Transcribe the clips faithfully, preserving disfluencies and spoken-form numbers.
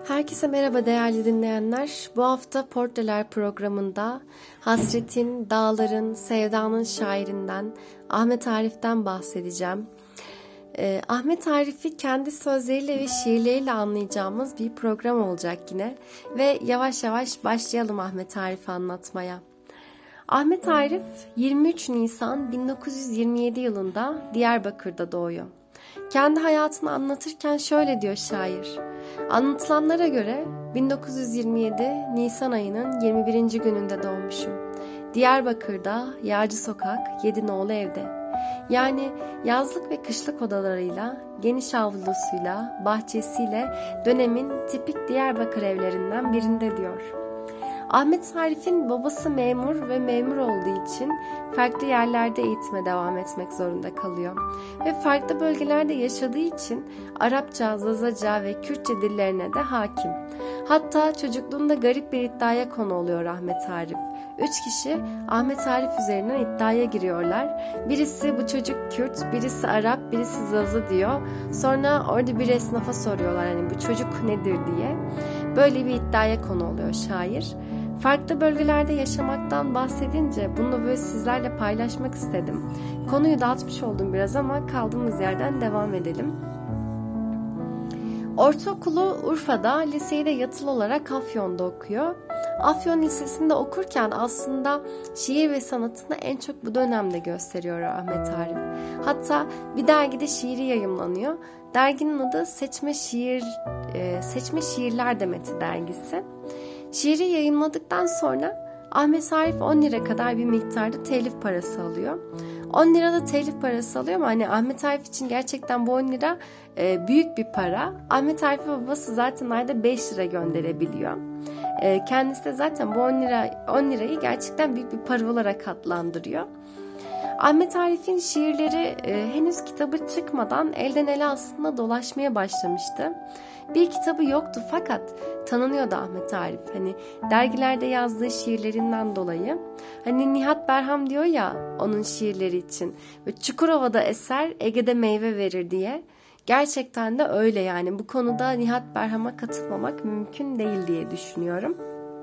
Herkese merhaba değerli dinleyenler. Bu hafta Portreler programında Hasretin, Dağların, Sevdanın şairinden Ahmet Arif'ten bahsedeceğim. Ee, Ahmet Arif'i kendi sözleriyle ve şiirleriyle anlayacağımız bir program olacak yine. Ve yavaş yavaş başlayalım Ahmet Arif'i anlatmaya. Ahmet Arif yirmi üç Nisan bin dokuz yüz yirmi yedi yılında Diyarbakır'da doğuyor. Kendi hayatını anlatırken şöyle diyor şair. Anlatılanlara göre bin dokuz yüz yirmi yedi Nisan ayının yirmi birinci gününde doğmuşum. Diyarbakır'da Yağcı Sokak yedi nolu evde. Yani yazlık ve kışlık odalarıyla, geniş avlusuyla, bahçesiyle dönemin tipik Diyarbakır evlerinden birinde diyor. Ahmet Arif'in babası memur ve memur olduğu için farklı yerlerde eğitime devam etmek zorunda kalıyor. Ve farklı bölgelerde yaşadığı için Arapça, Zazaca ve Kürtçe dillerine de hakim. Hatta çocukluğunda garip bir iddiaya konu oluyor Ahmet Arif. Üç kişi Ahmet Arif üzerinden iddiaya giriyorlar. Birisi bu çocuk Kürt, birisi Arap, birisi Zaza diyor. Sonra orada bir esnafa soruyorlar hani bu çocuk nedir diye. Böyle bir iddiaya konu oluyor şair. Farklı bölgelerde yaşamaktan bahsedince bunu böyle sizlerle paylaşmak istedim. Konuyu dağıtmış oldum biraz ama kaldığımız yerden devam edelim. Ortaokulu Urfa'da, liseyi de yatılı olarak Afyon'da okuyor. Afyon Lisesi'nde okurken aslında şiir ve sanatını en çok bu dönemde gösteriyor Ahmet Arif. Hatta bir dergide şiiri yayımlanıyor. Derginin adı Seçme Şiir, Seçme Şiirler Demeti dergisi. Şiiri yayınladıktan sonra Ahmet Arif on lira kadar bir miktarda telif parası alıyor. on lira da telif parası alıyor ama hani Ahmet Arif için gerçekten bu on lira e, büyük bir para. Ahmet Arif'in babası zaten ayda beş lira gönderebiliyor. E, kendisi de zaten bu on lira on lirayı gerçekten büyük bir para olarak adlandırıyor. Ahmet Arif'in şiirleri e, henüz kitabı çıkmadan elden ele aslında dolaşmaya başlamıştı. Bir kitabı yoktu fakat tanınıyordu Ahmet Arif. Hani dergilerde yazdığı şiirlerinden dolayı. Hani Nihat Berham diyor ya onun şiirleri için. Ve Çukurova'da eser, Ege'de meyve verir diye. Gerçekten de öyle yani. Bu konuda Nihat Berham'a katılmamak mümkün değil diye düşünüyorum.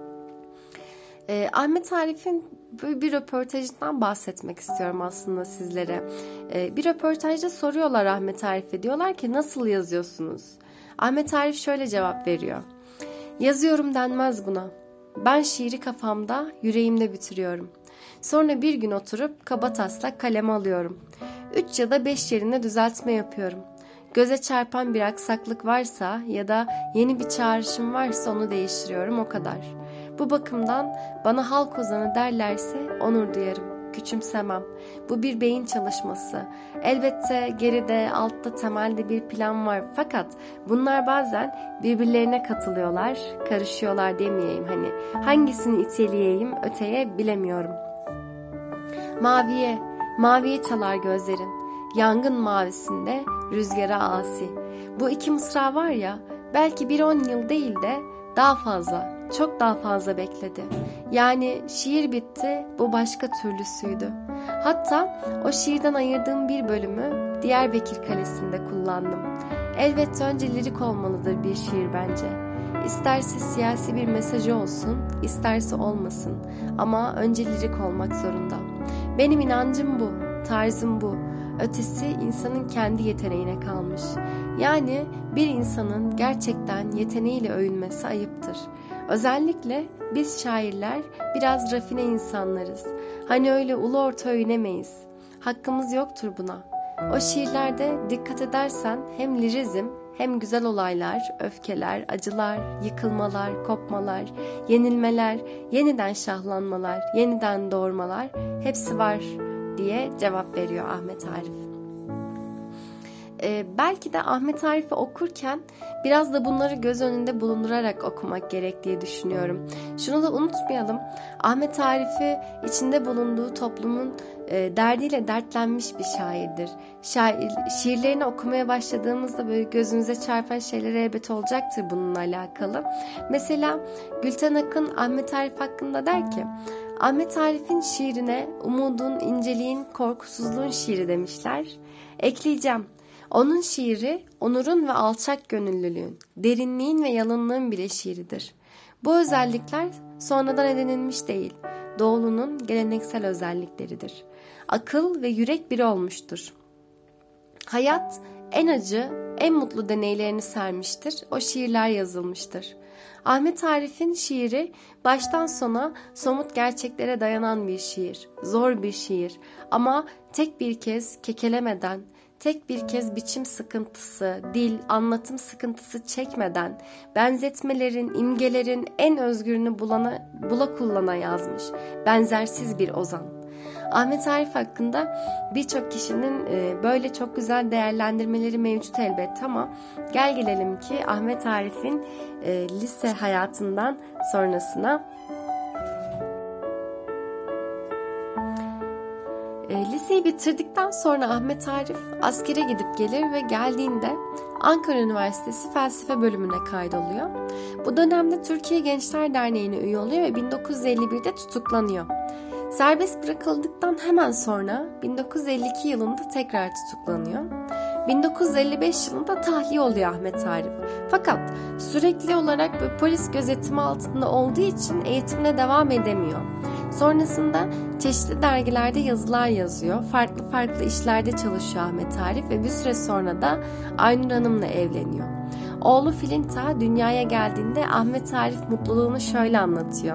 Eh, Ahmet Arif'in bir röportajından bahsetmek istiyorum aslında sizlere. Eh, bir röportajda soruyorlar Ahmet Arif'e. Diyorlar ki nasıl yazıyorsunuz? Ahmet Arif şöyle cevap veriyor. Yazıyorum denmez buna. Ben şiiri kafamda, yüreğimde bitiriyorum. Sonra bir gün oturup kaba taslak kaleme alıyorum. Üç ya da beş yerine düzeltme yapıyorum. Göze çarpan bir aksaklık varsa ya da yeni bir çağrışım varsa onu değiştiriyorum o kadar. Bu bakımdan bana halk ozanı derlerse onur duyarım, küçümsemem. Bu bir beyin çalışması. Elbette geride, altta, temelde bir plan var. Fakat bunlar bazen birbirlerine katılıyorlar, karışıyorlar demeyeyim hani. Hangisini iteleyeyim öteye bilemiyorum. Maviye, maviye çalar gözlerin. Yangın mavisinde rüzgara asi. Bu iki mısra var ya, belki bir on yıl değil de daha fazla, çok daha fazla bekledi. Yani şiir bitti, bu başka türlüsüydü. Hatta o şiirden ayırdığım bir bölümü Diyarbakır Kalesi'nde kullandım. Elbette önce lirik olmalıdır bir şiir bence. İsterse siyasi bir mesajı olsun, isterse olmasın. Ama önce lirik olmak zorunda. Benim inancım bu, tarzım bu. Ötesi insanın kendi yeteneğine kalmış. Yani bir insanın gerçekten yeteneğiyle övünmesi ayıptır. Özellikle biz şairler biraz rafine insanlarız. Hani öyle ulu orta övünemeyiz. Hakkımız yoktur buna. O şiirlerde dikkat edersen hem lirizm hem güzel olaylar, öfkeler, acılar, yıkılmalar, kopmalar, yenilmeler, yeniden şahlanmalar, yeniden doğurmalar hepsi var diye cevap veriyor Ahmet Arif. Ee, belki de Ahmet Arif'i okurken biraz da bunları göz önünde bulundurarak okumak gerek diye düşünüyorum. Şunu da unutmayalım, Ahmet Arif'i içinde bulunduğu toplumun e, derdiyle dertlenmiş bir şairdir. Şair, şiirlerini okumaya başladığımızda böyle gözümüze çarpan şeyler elbet olacaktır bununla alakalı. Mesela Gülten Akın Ahmet Arif hakkında der ki, Ahmet Arif'in şiirine umudun, inceliğin, korkusuzluğun şiiri demişler. Ekleyeceğim. Onun şiiri, onurun ve alçak gönüllülüğün, derinliğin ve yalınlığın bile şiiridir. Bu özellikler sonradan edinilmiş değil, Doğulu'nun geleneksel özellikleridir. Akıl ve yürek biri olmuştur. Hayat en acı, en mutlu deneylerini sermiştir, o şiirler yazılmıştır. Ahmet Arif'in şiiri baştan sona somut gerçeklere dayanan bir şiir, zor bir şiir ama tek bir kez kekelemeden, tek bir kez biçim sıkıntısı, dil, anlatım sıkıntısı çekmeden, benzetmelerin, imgelerin en özgürünü bulana, bula kullana yazmış, benzersiz bir ozan. Ahmet Arif hakkında birçok kişinin böyle çok güzel değerlendirmeleri mevcut elbette ama gel gelelim ki Ahmet Arif'in lise hayatından sonrasına. Liseyi bitirdikten sonra Ahmet Arif askere gidip gelir ve geldiğinde Ankara Üniversitesi Felsefe bölümüne kaydoluyor. Bu dönemde Türkiye Gençler Derneği'ne üye oluyor ve bin dokuz yüz elli birde tutuklanıyor. Serbest bırakıldıktan hemen sonra bin dokuz yüz elli iki yılında tekrar tutuklanıyor. bin dokuz yüz elli beş yılında tahliye oluyor Ahmet Arif. Fakat sürekli olarak böyle polis gözetimi altında olduğu için eğitimine devam edemiyor. Sonrasında çeşitli dergilerde yazılar yazıyor. Farklı farklı işlerde çalışıyor Ahmet Arif ve bir süre sonra da Aynur Hanım'la evleniyor. Oğlu Filinta dünyaya geldiğinde Ahmet Arif mutluluğunu şöyle anlatıyor.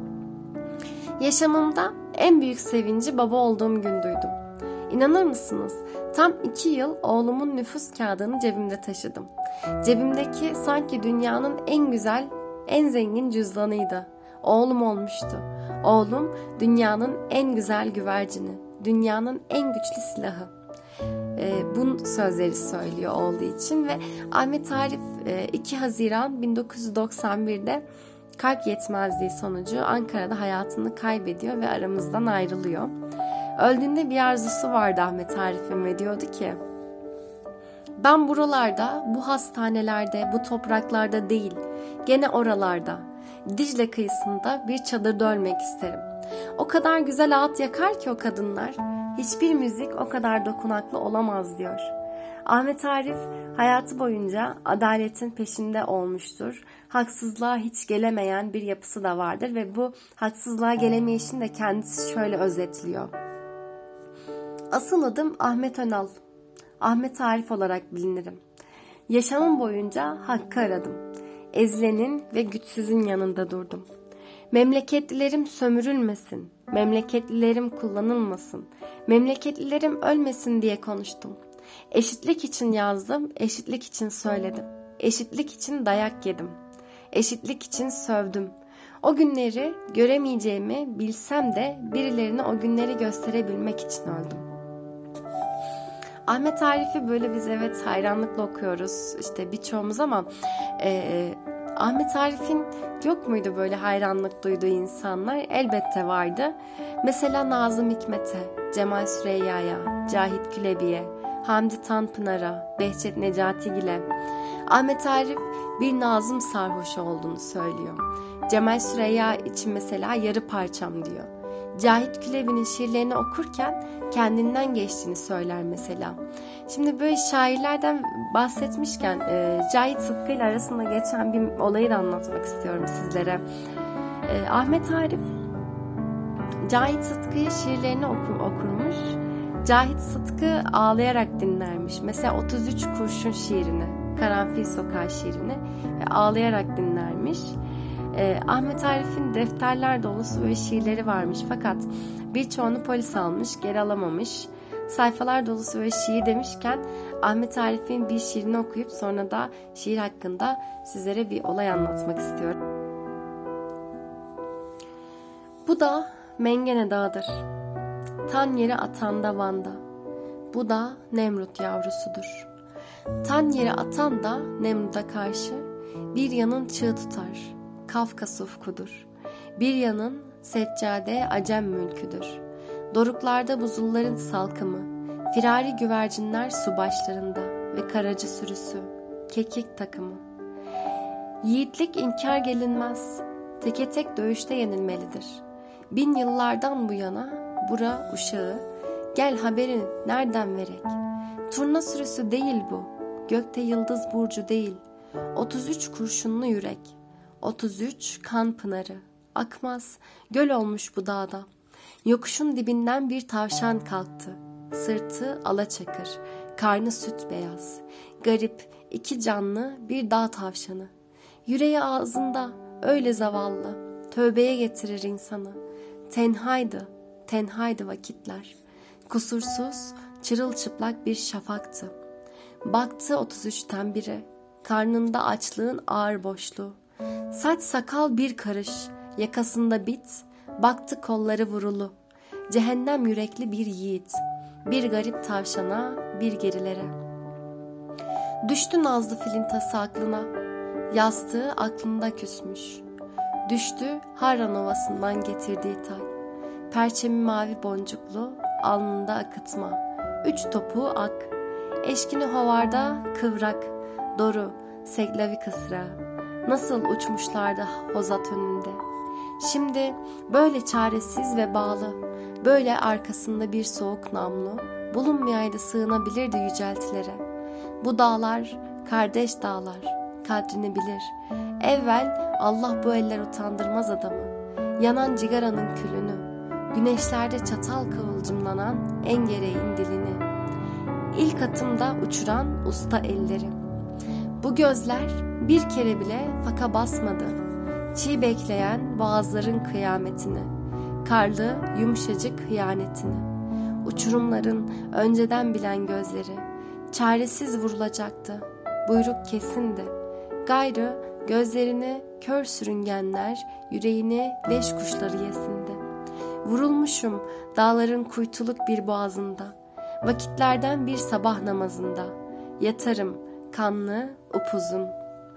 Yaşamımda en büyük sevinci baba olduğum gün duydum. İnanır mısınız? Tam iki yıl oğlumun nüfus kağıdını cebimde taşıdım. Cebimdeki sanki dünyanın en güzel, en zengin cüzdanıydı. Oğlum olmuştu. Oğlum dünyanın en güzel güvercini, dünyanın en güçlü silahı. E, bu sözleri söylüyor oğlu için ve Ahmet Arif e, iki Haziran bin dokuz yüz doksan birde kalp yetmezliği sonucu Ankara'da hayatını kaybediyor ve aramızdan ayrılıyor. Öldüğünde bir arzusu vardı Ahmet Arif'in ve diyordu ki, ben buralarda, bu hastanelerde, bu topraklarda değil, gene oralarda, Dicle kıyısında bir çadırda ölmek isterim. O kadar güzel ağıt yakar ki o kadınlar, hiçbir müzik o kadar dokunaklı olamaz diyor. Ahmet Arif hayatı boyunca adaletin peşinde olmuştur. Haksızlığa hiç gelemeyen bir yapısı da vardır ve bu haksızlığa gelemeyişini de kendisi şöyle özetliyor. Asıl adım Ahmet Önal. Ahmet Arif olarak bilinirim. Yaşamım boyunca hakkı aradım. Ezilenin ve güçsüzün yanında durdum. Memleketlilerim sömürülmesin, memleketlilerim kullanılmasın, memleketlilerim ölmesin diye konuştum. Eşitlik için yazdım, eşitlik için söyledim. Eşitlik için dayak yedim. Eşitlik için sövdüm. O günleri göremeyeceğimi bilsem de birilerine o günleri gösterebilmek için öldüm. Ahmet Arif'i böyle biz evet hayranlıkla okuyoruz işte birçoğumuz ama e, Ahmet Arif'in yok muydu böyle hayranlık duyduğu insanlar? Elbette vardı. Mesela Nazım Hikmet'e, Cemal Süreyya'ya, Cahit Külebi'ye, Hamdi Tanpınar'a, Behçet Necatigil'e. Ahmet Arif bir Nazım sarhoşu olduğunu söylüyor. Cemal Süreyya için mesela yarı parçam diyor. Cahit Külebi'nin şiirlerini okurken kendinden geçtiğini söyler mesela. Şimdi böyle şairlerden bahsetmişken e, Cahit Sıtkı ile arasında geçen bir olayı da anlatmak istiyorum sizlere. E, Ahmet Arif Cahit Sıtkı'ya şiirlerini okur, okurmuş. Cahit Sıtkı ağlayarak dinlermiş. Mesela otuz üç kurşun şiirini, Karanfil Sokağı şiirini ağlayarak dinlermiş. Eh, Ahmet Arif'in defterler dolusu böyle şiirleri varmış fakat birçoğunu polis almış, geri alamamış. Sayfalar dolusu böyle şiir demişken Ahmet Arif'in bir şiirini okuyup sonra da şiir hakkında sizlere bir olay anlatmak istiyorum. Bu da Mengene Dağı'dır. Tan yeri atan da Van'da. Bu da Nemrut yavrusudur. Tan yeri atan da Nemrut'a karşı bir yanın çığ tutar. Kafkas ufkudur. Bir yanın seccade Acem mülküdür. Doruklarda buzulların salkımı, firari güvercinler su başlarında ve karacı sürüsü, kekik takımı. Yiğitlik inkar gelinmez, teke tek dövüşte yenilmelidir. Bin yıllardan bu yana bura uşağı, gel haberi nereden verek? Turna sürüsü değil bu, gökte yıldız burcu değil. Otuz üç kurşunlu yürek, otuz üç kan pınarı. Akmaz, göl olmuş bu dağda. Yokuşun dibinden bir tavşan kalktı. Sırtı alaçakır, karnı süt beyaz. Garip, iki canlı bir dağ tavşanı. Yüreği ağzında, öyle zavallı. Tövbeye getirir insanı. Tenhaydı, tenhaydı vakitler. Kusursuz, çırılçıplak bir şafaktı. Baktı otuz üçten biri. Karnında açlığın ağır boşluğu. Saç sakal bir karış, yakasında bit, baktı kolları vurulu. Cehennem yürekli bir yiğit, bir garip tavşana, bir gerilere. Düştü nazlı filintası aklına, yastığı aklında küsmüş. Düştü Harran Ovası'ndan getirdiği tay. Perçemi mavi boncuklu, alnında akıtma. Üç topuğu ak, eşkini hovarda kıvrak, doru, seglavi kısra. Nasıl uçmuşlardı hozat önünde. Şimdi böyle çaresiz ve bağlı, böyle arkasında bir soğuk namlu, bulunmayaydı sığınabilirdi yüceltilere. Bu dağlar, kardeş dağlar, kadrini bilir. Evvel Allah bu eller utandırmaz adamı. Yanan cigaranın külünü, güneşlerde çatal kıvılcımlanan engereğin dilini. İlk atımda uçuran usta elleri. Bu gözler bir kere bile faka basmadı. Çiğ bekleyen boğazların kıyametini, karlı yumuşacık hıyanetini. Uçurumların önceden bilen gözleri, çaresiz vurulacaktı. Buyruk kesindi. Gayrı gözlerini kör sürüngenler, yüreğini leş kuşları yesindi. Vurulmuşum dağların kuytuluk bir boğazında, vakitlerden bir sabah namazında. Yatarım kanlı upuzun.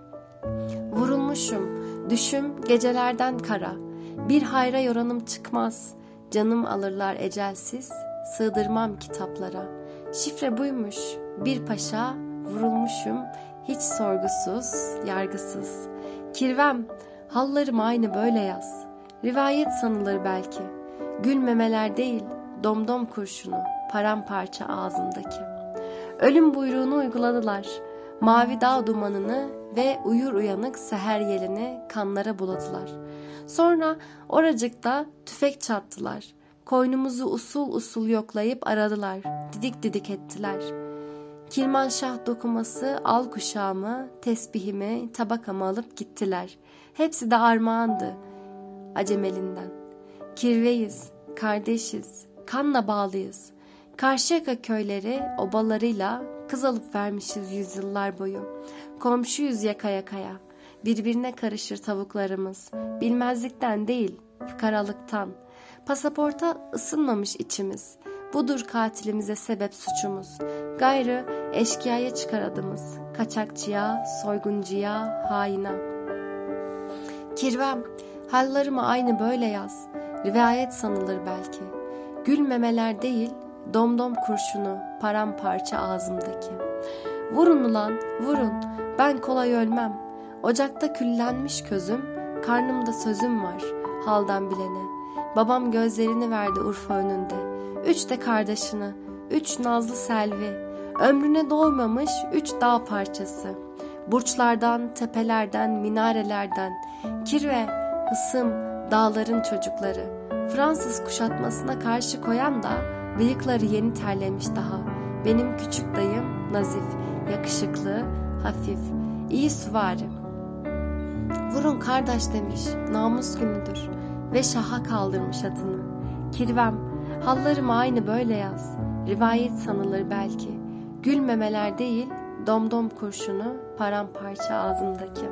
Vurulmuşum, düşüm gecelerden kara. Bir hayra yoranım çıkmaz. Canım alırlar ecelsiz, sığdırmam kitaplara. Şifre buymuş, bir paşa, vurulmuşum, hiç sorgusuz, yargısız. Kirvem, hallarım aynı böyle yaz. Rivayet sanılır belki. Gülmemeler değil, domdom kurşunu, paramparça ağzımdaki. Ölüm buyruğunu uyguladılar. Mavi dağ dumanını ve uyur uyanık seher yelini kanlara buladılar. Sonra oracıkta tüfek çattılar. Koynumuzu usul usul yoklayıp aradılar. Didik didik ettiler. Kirmanşah dokuması al kuşağımı, tesbihimi, tabakamı alıp gittiler. Hepsi de armağandı acemelinden. Kirveyiz, kardeşiz, kanla bağlıyız. Karşıyaka köyleri obalarıyla kız alıp vermişiz yüzyıllar boyu. Komşuyuz yaka yakaya. Birbirine karışır tavuklarımız. Bilmezlikten değil, fukaralıktan. Pasaporta ısınmamış içimiz. Budur katilimize sebep suçumuz. Gayrı eşkıyaya çıkar adımız. Kaçakçıya, soyguncuya, haina. Kirvem, hallarımı aynı böyle yaz. Rivayet sanılır belki. Gülmemeler değil, domdom kurşunu, paramparça ağzımdaki. Vurun ulan, vurun, ben kolay ölmem. Ocakta küllenmiş közüm, karnımda sözüm var, haldan bilene. Babam gözlerini verdi Urfa önünde. Üç de kardeşini, üç nazlı selvi. Ömrüne doymamış üç dağ parçası. Burçlardan, tepelerden, minarelerden. Kirve, hısım, dağların çocukları. Fransız kuşatmasına karşı koyan da bıyıkları yeni terlemiş daha. Benim küçük dayım nazif, yakışıklı, hafif, iyi süvari. Vurun kardeş demiş, namus günüdür ve şaha kaldırmış atını. Kirvem, hallarım aynı böyle yaz, rivayet sanılır belki. Gülmemeler değil, domdom kurşunu, paramparça ağzımdaki.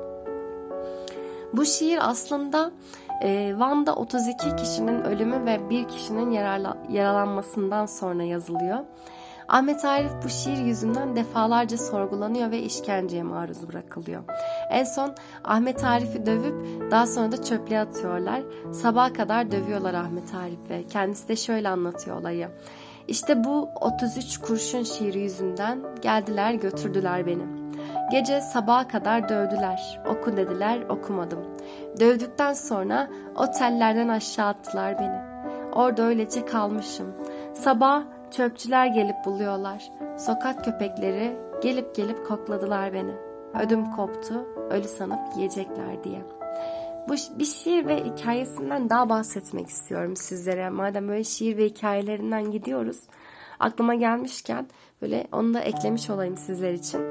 Bu şiir aslında e, Van'da otuz iki kişinin ölümü ve bir kişinin yararla, yaralanmasından sonra yazılıyor. Ahmet Arif bu şiir yüzünden defalarca sorgulanıyor ve işkenceye maruz bırakılıyor. En son Ahmet Arif'i dövüp daha sonra da çöplüğe atıyorlar. Sabaha kadar dövüyorlar Ahmet Arif'i. Kendisi de şöyle anlatıyor olayı. İşte bu otuz üç kurşun şiiri yüzünden geldiler götürdüler beni. Gece sabaha kadar dövdüler. Oku dediler, okumadım. Dövdükten sonra otellerden aşağı attılar beni. Orada öylece kalmışım. Sabah Çöpçüler gelip buluyorlar. Sokak köpekleri gelip gelip kokladılar beni. Ödüm koptu, ölü sanıp yiyecekler diye. Bu bir şiir ve hikayesinden daha bahsetmek istiyorum sizlere. Madem böyle şiir ve hikayelerinden gidiyoruz, aklıma gelmişken böyle onu da eklemiş olayım sizler için.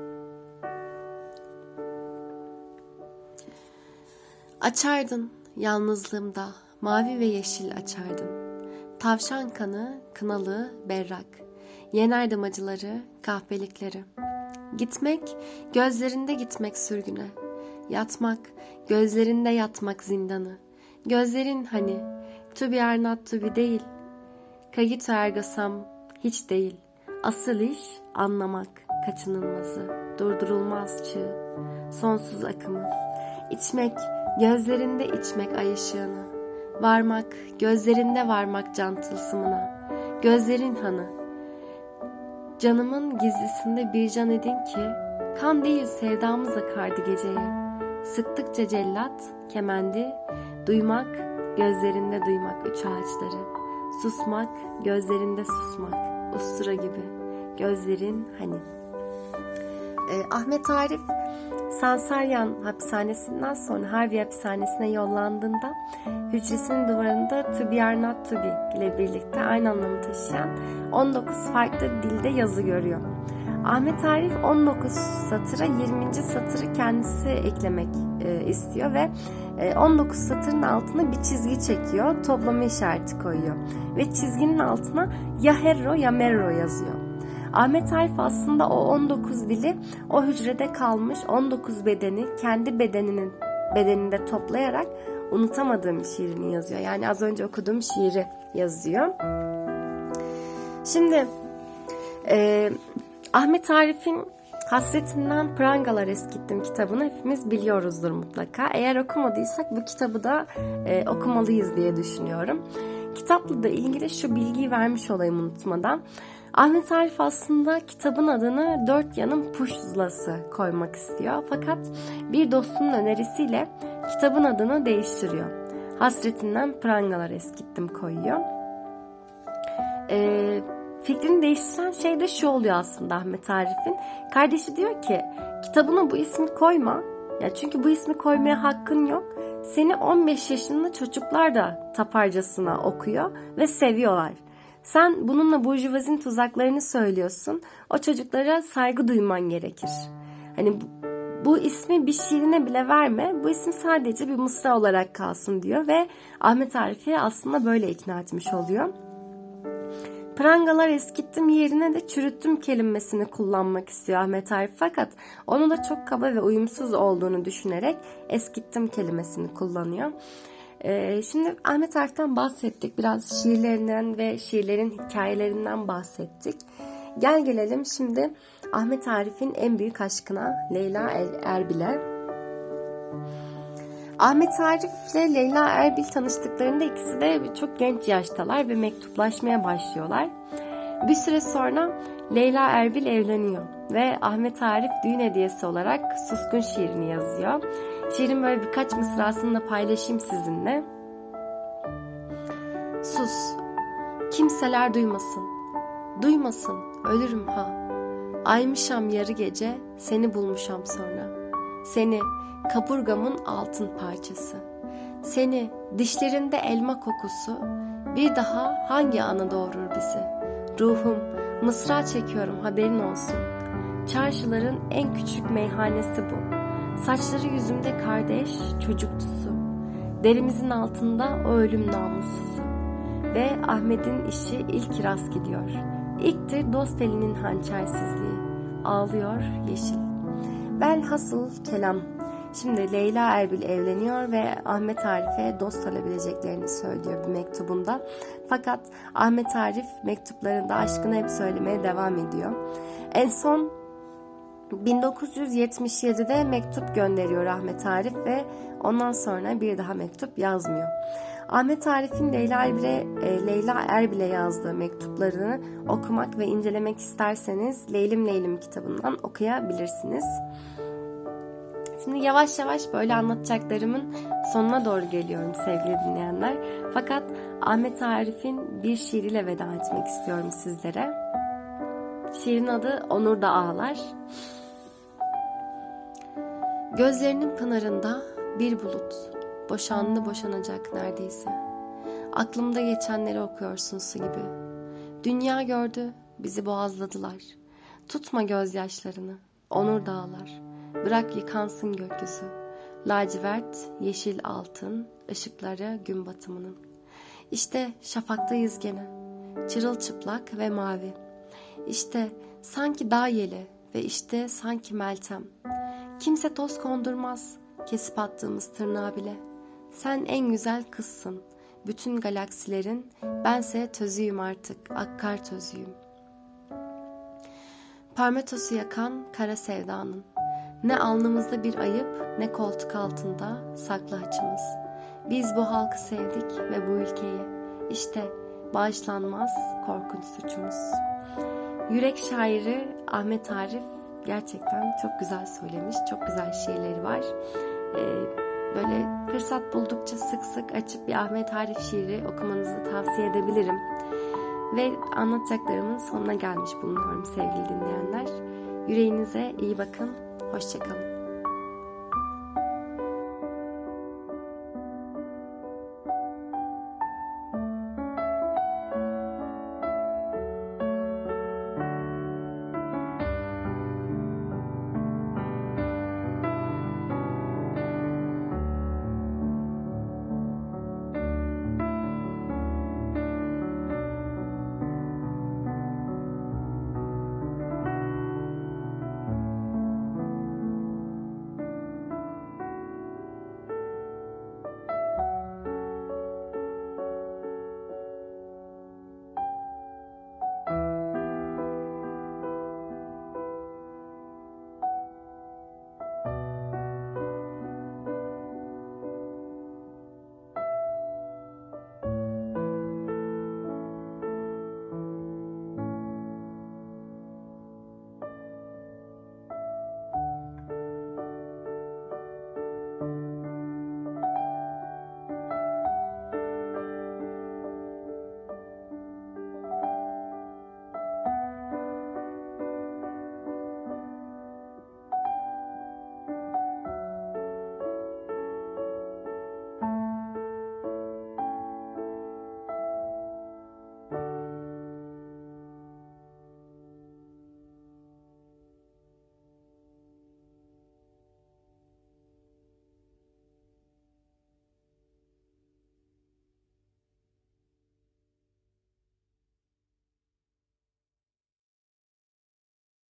Açardın yalnızlığımda, mavi ve yeşil açardın. Tavşan kanı, kınalı, berrak. Yenerdim acıları, kahpelikleri. Gitmek, gözlerinde gitmek sürgüne. Yatmak, gözlerinde yatmak zindanı. Gözlerin hani, to be are not to be değil. Kagito ergasam hiç değil. Asıl iş anlamak, kaçınılmazı. Durdurulmaz çığ, sonsuz akımı. İçmek, gözlerinde içmek ay ışığını. Varmak, gözlerinde varmak can tılsımına. Gözlerin hanı. Canımın gizlisinde bir can edin ki, kan değil sevdamız akardı geceye. Sıktıkça cellat, kemendi, duymak, gözlerinde duymak üç ağaçları. Susmak, gözlerinde susmak, ustura gibi, gözlerin hani. Ee, Ahmet Arif, Sansaryan hapishanesinden sonra Harbiye hapishanesine yollandığında hücresinin duvarında To be or not to be ile birlikte aynı anlamı taşıyan on dokuz farklı dilde yazı görüyor. Ahmet Arif on dokuz satıra yirminci satırı kendisi eklemek e, istiyor ve e, on dokuz satırın altına bir çizgi çekiyor, toplama işareti koyuyor ve çizginin altına ya Herro ya Merro yazıyor. Ahmet Arif aslında o on dokuz dili o hücrede kalmış on dokuz bedeni kendi bedeninin bedeninde toplayarak unutamadığım şiirini yazıyor. Yani az önce okuduğum şiiri yazıyor. Şimdi e, Ahmet Arif'in Hasretinden Prangalar Eskittim kitabını hepimiz biliyoruzdur mutlaka. Eğer okumadıysak bu kitabı da e, okumalıyız diye düşünüyorum. Kitapla da ilgili şu bilgiyi vermiş olayım unutmadan. Ahmet Arif aslında kitabın adını Dört Yanın Puşlası koymak istiyor. Fakat bir dostunun önerisiyle kitabın adını değiştiriyor. Hasretinden Prangalar Eskittim koyuyor. Ee, fikrini değiştiren şey de şu oluyor aslında Ahmet Arif'in. Kardeşi diyor ki kitabına bu ismi koyma. Ya çünkü bu ismi koymaya hakkın yok. Seni on beş yaşında çocuklar da taparcasına okuyor ve seviyorlar. Sen bununla burjuvazinin tuzaklarını söylüyorsun. O çocuklara saygı duyman gerekir. Hani bu, bu ismi bir şiirine bile verme. Bu isim sadece bir mısra olarak kalsın diyor ve Ahmet Arif'i aslında böyle ikna etmiş oluyor. Prangalar eskittim yerine de çürüttüm kelimesini kullanmak istiyor Ahmet Arif. Fakat onu da çok kaba ve uyumsuz olduğunu düşünerek eskittim kelimesini kullanıyor. Ee, şimdi Ahmet Arif'ten bahsettik. Biraz şiirlerinden ve şiirlerin hikayelerinden bahsettik. Gel gelelim şimdi Ahmet Arif'in en büyük aşkına Leyla Erbil'e. Ahmet Arif ile Leyla Erbil tanıştıklarında ikisi de çok genç yaştalar ve mektuplaşmaya başlıyorlar. Bir süre sonra Leyla Erbil evleniyor ve Ahmet Arif düğün hediyesi olarak Suskun şiirini yazıyor. Şiirin böyle birkaç mısrasını da paylaşayım sizinle. Sus, kimseler duymasın, duymasın, ölürüm ha. Aymışam yarı gece, seni bulmuşam sonra. Seni, kaburgamın altın parçası. Seni, dişlerinde elma kokusu, bir daha hangi anı doğurur bizi? Ruhum, mısra çekiyorum haberin olsun. Çarşıların en küçük meyhanesi bu. Saçları yüzümde kardeş, çocuktusu. Derimizin altında o ölüm namussuzu. Ve Ahmet'in işi ilk rast gidiyor. İlktir dost elinin hançersizliği. Ağlıyor yeşil. Velhasıl kelam. Şimdi Leyla Erbil evleniyor ve Ahmet Arif'e dost olabileceklerini söylüyor bir mektubunda. Fakat Ahmet Arif mektuplarında aşkını hep söylemeye devam ediyor. En son bin dokuz yüz yetmiş yedide mektup gönderiyor Ahmet Arif ve ondan sonra bir daha mektup yazmıyor. Ahmet Arif'in Leyla Erbil'e, Leyla Erbil'e yazdığı mektuplarını okumak ve incelemek isterseniz Leylim Leylim kitabından okuyabilirsiniz. Şimdi yavaş yavaş böyle anlatacaklarımın sonuna doğru geliyorum sevgili dinleyenler. Fakat Ahmet Arif'in bir şiiriyle veda etmek istiyorum sizlere. Şiirin adı Onur da Ağlar. Gözlerinin pınarında bir bulut, boşandı boşanacak neredeyse. Aklımda geçenleri okuyorsun su gibi. Dünya gördü, bizi boğazladılar. Tutma gözyaşlarını, Onur da ağlar. Bırak yıkansın gökyüzü. Lacivert, yeşil altın, ışıkları gün batımının. İşte şafaktayız gene, çırılçıplak ve mavi. İşte sanki dağ yeli ve işte sanki Meltem. Kimse toz kondurmaz kesip attığımız tırnağı bile. Sen en güzel kızsın bütün galaksilerin, bense tözüyüm artık, akkar tözüyüm. Parmetosu yakan kara sevdanın, ne alnımızda bir ayıp ne koltuk altında saklı haçımız. Biz bu halkı sevdik ve bu ülkeyi, işte bağışlanmaz korkunç suçumuz. Yürek şairi Ahmet Arif gerçekten çok güzel söylemiş, çok güzel şiirleri var. Ee, böyle fırsat buldukça sık sık açıp bir Ahmet Arif şiiri okumanızı tavsiye edebilirim. Ve anlatacaklarımın sonuna gelmiş bulunuyorum sevgili dinleyenler. Yüreğinize iyi bakın, hoşça kalın.